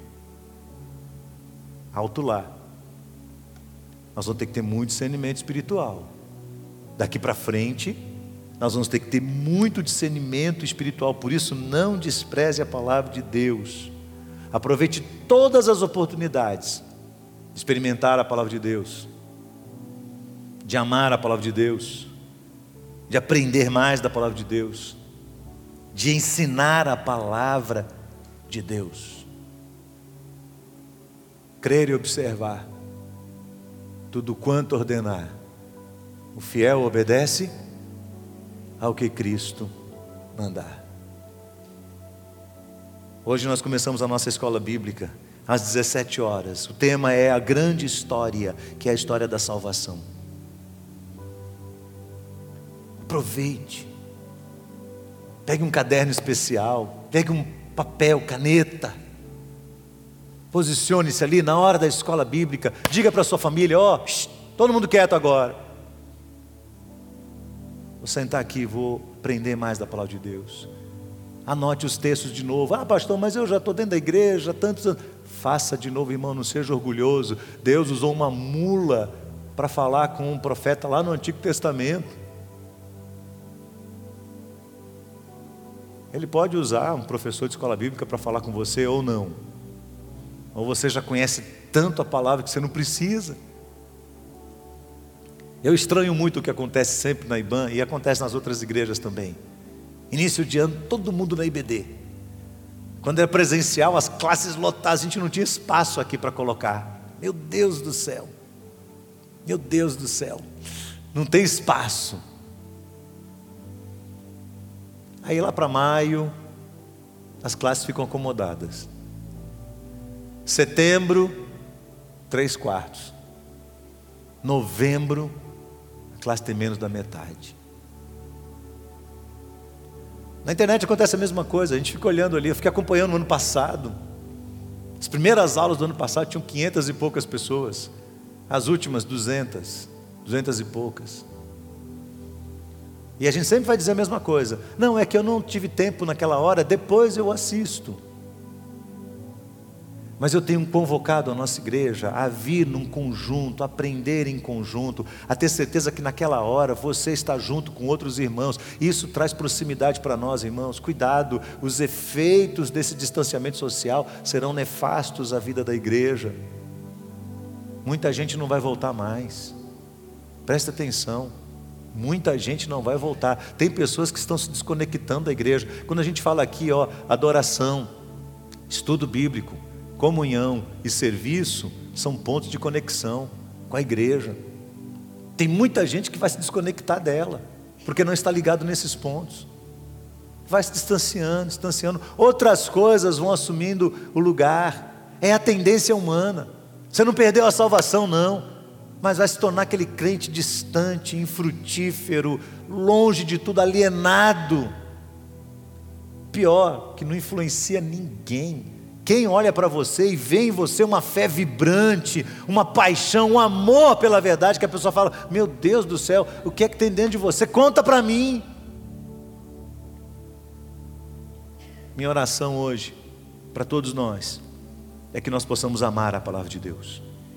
[SPEAKER 1] Alto lá. Nós vamos ter que ter muito discernimento espiritual. Daqui para frente, nós vamos ter que ter muito discernimento espiritual. Por isso, não despreze a palavra de Deus. Aproveite todas as oportunidades de experimentar a palavra de Deus, de amar a palavra de Deus, de aprender mais da palavra de Deus, de ensinar a palavra de Deus. Crer e observar tudo quanto ordenar. O fiel obedece ao que Cristo mandar. Hoje nós começamos a nossa escola bíblica às 17 horas. O tema é a grande história, que é a história da salvação. Aproveite. Pegue um caderno especial, pegue um papel, caneta. Posicione-se ali na hora da escola bíblica. Diga para a sua família, todo mundo quieto agora. Vou sentar aqui, vou aprender mais da palavra de Deus. Anote os textos de novo. Pastor, mas eu já estou dentro da igreja há tantos anos. Faça de novo, irmão, não seja orgulhoso. Deus usou uma mula para falar com um profeta lá no Antigo Testamento. Ele pode usar um professor de escola bíblica para falar com você ou não. Ou você já conhece tanto a palavra que você não precisa. Eu estranho muito o que acontece sempre na IBAN e acontece nas outras igrejas também. Início de ano, todo mundo na IBD. Quando era presencial, as classes lotadas, a gente não tinha espaço aqui para colocar. Meu Deus do céu. Meu Deus do céu. Não tem espaço. Aí lá para maio, as classes ficam acomodadas. Setembro, 3/4. Novembro, a classe tem menos da metade. Na internet acontece a mesma coisa, a gente fica olhando ali, eu fiquei acompanhando no ano passado. As primeiras aulas do ano passado tinham 500 e poucas pessoas. As últimas 200 e poucas. E a gente sempre vai dizer a mesma coisa. Não, é que eu não tive tempo naquela hora, depois eu assisto. Mas eu tenho convocado a nossa igreja a vir num conjunto, a aprender em conjunto, a ter certeza que naquela hora você está junto com outros irmãos. Isso traz proximidade para nós, irmãos. Cuidado, os efeitos desse distanciamento social serão nefastos à vida da igreja. Muita gente não vai voltar mais. Presta atenção. Muita gente não vai voltar. Tem pessoas que estão se desconectando da igreja. Quando a gente fala aqui, adoração, estudo bíblico, comunhão e serviço são pontos de conexão com a igreja. Tem muita gente que vai se desconectar dela, porque não está ligado nesses pontos. Vai se distanciando. Outras coisas vão assumindo o lugar. É a tendência humana. Você não perdeu a salvação, não, mas vai se tornar aquele crente distante, infrutífero, longe de tudo, alienado. Pior, que não influencia ninguém. Quem olha para você e vê em você uma fé vibrante, uma paixão, um amor pela verdade, que a pessoa fala, meu Deus do céu, o que é que tem dentro de você? Conta para mim. Minha oração hoje, para todos nós, é que nós possamos amar a palavra de Deus.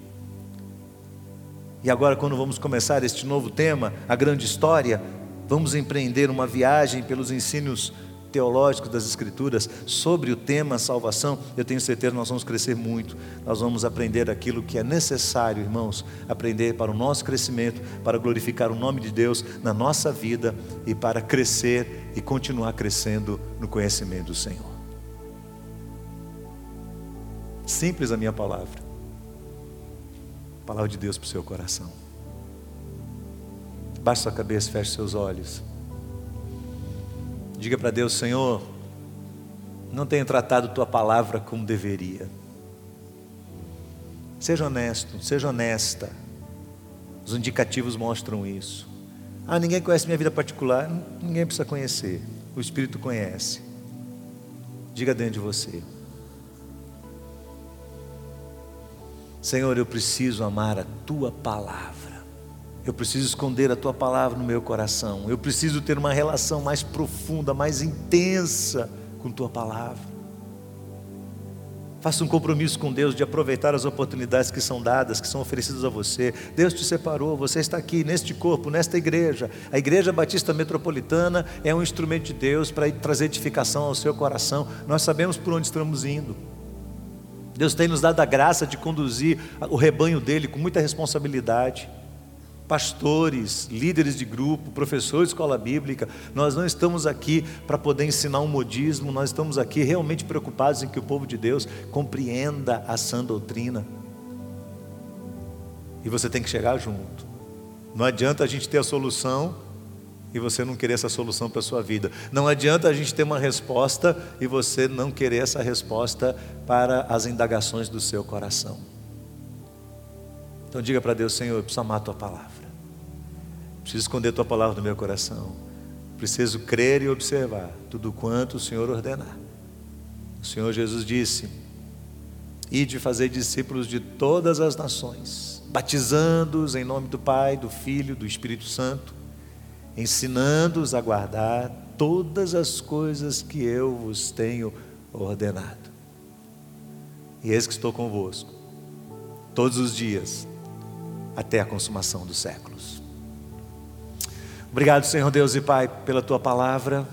[SPEAKER 1] E agora, quando vamos começar este novo tema, a grande história, vamos empreender uma viagem pelos ensinos teológicos das Escrituras sobre o tema salvação, eu tenho certeza que nós vamos crescer muito. Nós vamos aprender aquilo que é necessário, irmãos, aprender para o nosso crescimento, para glorificar o nome de Deus na nossa vida e para crescer e continuar crescendo no conhecimento do Senhor. Simples a minha palavra. Palavra de Deus para o seu coração. Baixe sua cabeça, feche seus olhos. Diga para Deus: Senhor, não tenho tratado tua palavra como deveria. Seja honesto, seja honesta. Os indicativos mostram isso. Ninguém conhece minha vida particular. Ninguém precisa conhecer. O Espírito conhece. Diga dentro de você: Senhor, eu preciso amar a tua palavra. Eu preciso esconder a tua palavra no meu coração. Eu preciso ter uma relação mais profunda, mais intensa com tua palavra. Faça um compromisso com Deus de aproveitar as oportunidades que são dadas, que são oferecidas a você. Deus te separou, você está aqui neste corpo, nesta igreja. A Igreja Batista Metropolitana é um instrumento de Deus para trazer edificação ao seu coração. Nós sabemos por onde estamos indo. Deus tem nos dado a graça de conduzir o rebanho dele com muita responsabilidade. Pastores, líderes de grupo, professores de escola bíblica, nós não estamos aqui para poder ensinar um modismo, nós estamos aqui realmente preocupados em que o povo de Deus compreenda a sã doutrina. E você tem que chegar junto. Não adianta a gente ter a solução e você não querer essa solução para a sua vida. Não adianta a gente ter uma resposta e você não querer essa resposta para as indagações do seu coração. Então diga para Deus: Senhor, eu preciso amar a tua palavra. Preciso esconder a tua palavra no meu coração. Preciso crer e observar tudo quanto o Senhor ordenar. O Senhor Jesus disse: ide fazer discípulos de todas as nações, batizando-os em nome do Pai, do Filho, do Espírito Santo, ensinando-os a guardar todas as coisas que eu vos tenho ordenado. E eis que estou convosco todos os dias, até a consumação dos séculos. Obrigado, Senhor Deus e Pai, pela tua palavra.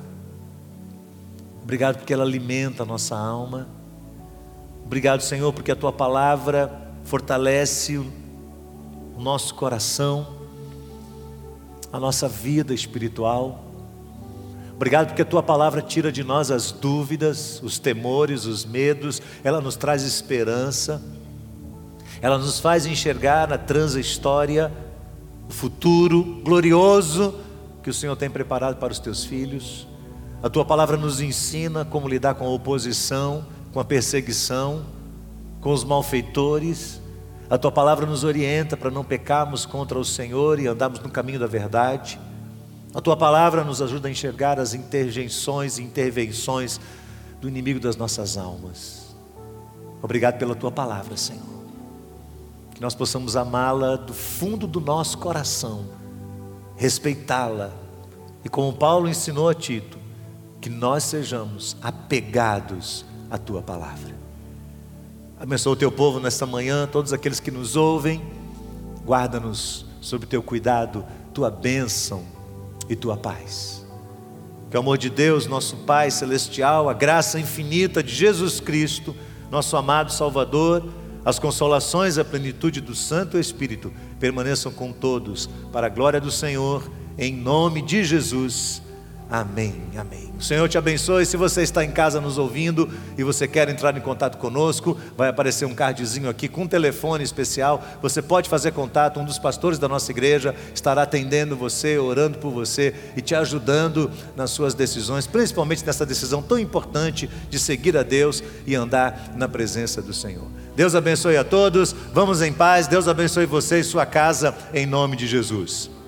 [SPEAKER 1] Obrigado porque ela alimenta a nossa alma. Obrigado, Senhor, porque a tua palavra fortalece o nosso coração, a nossa vida espiritual. Obrigado porque a tua palavra tira de nós as dúvidas, os temores, os medos. Ela nos traz esperança. Ela nos faz enxergar na transhistória o futuro glorioso que o Senhor tem preparado para os teus filhos. A tua palavra nos ensina como lidar com a oposição, com a perseguição, com os malfeitores. A tua palavra nos orienta para não pecarmos contra o Senhor e andarmos no caminho da verdade. A tua palavra nos ajuda a enxergar as interjeições e intervenções do inimigo das nossas almas. Obrigado pela tua palavra, Senhor. Que nós possamos amá-la do fundo do nosso coração, respeitá-la, e como Paulo ensinou a Tito, que nós sejamos apegados à tua palavra. Abençoa o teu povo nesta manhã, todos aqueles que nos ouvem. Guarda-nos sob teu cuidado, tua bênção e tua paz. Que o amor de Deus, nosso Pai celestial, a graça infinita de Jesus Cristo, nosso amado Salvador, as consolações e a plenitude do Santo Espírito permaneçam com todos, para a glória do Senhor, em nome de Jesus. Amém, amém. O Senhor te abençoe. Se você está em casa nos ouvindo e você quer entrar em contato conosco, vai aparecer um cardzinho aqui com um telefone especial. Você pode fazer contato, um dos pastores da nossa igreja estará atendendo você, orando por você e te ajudando nas suas decisões, principalmente nessa decisão tão importante de seguir a Deus e andar na presença do Senhor. Deus abençoe a todos, vamos em paz. Deus abençoe você e sua casa, em nome de Jesus.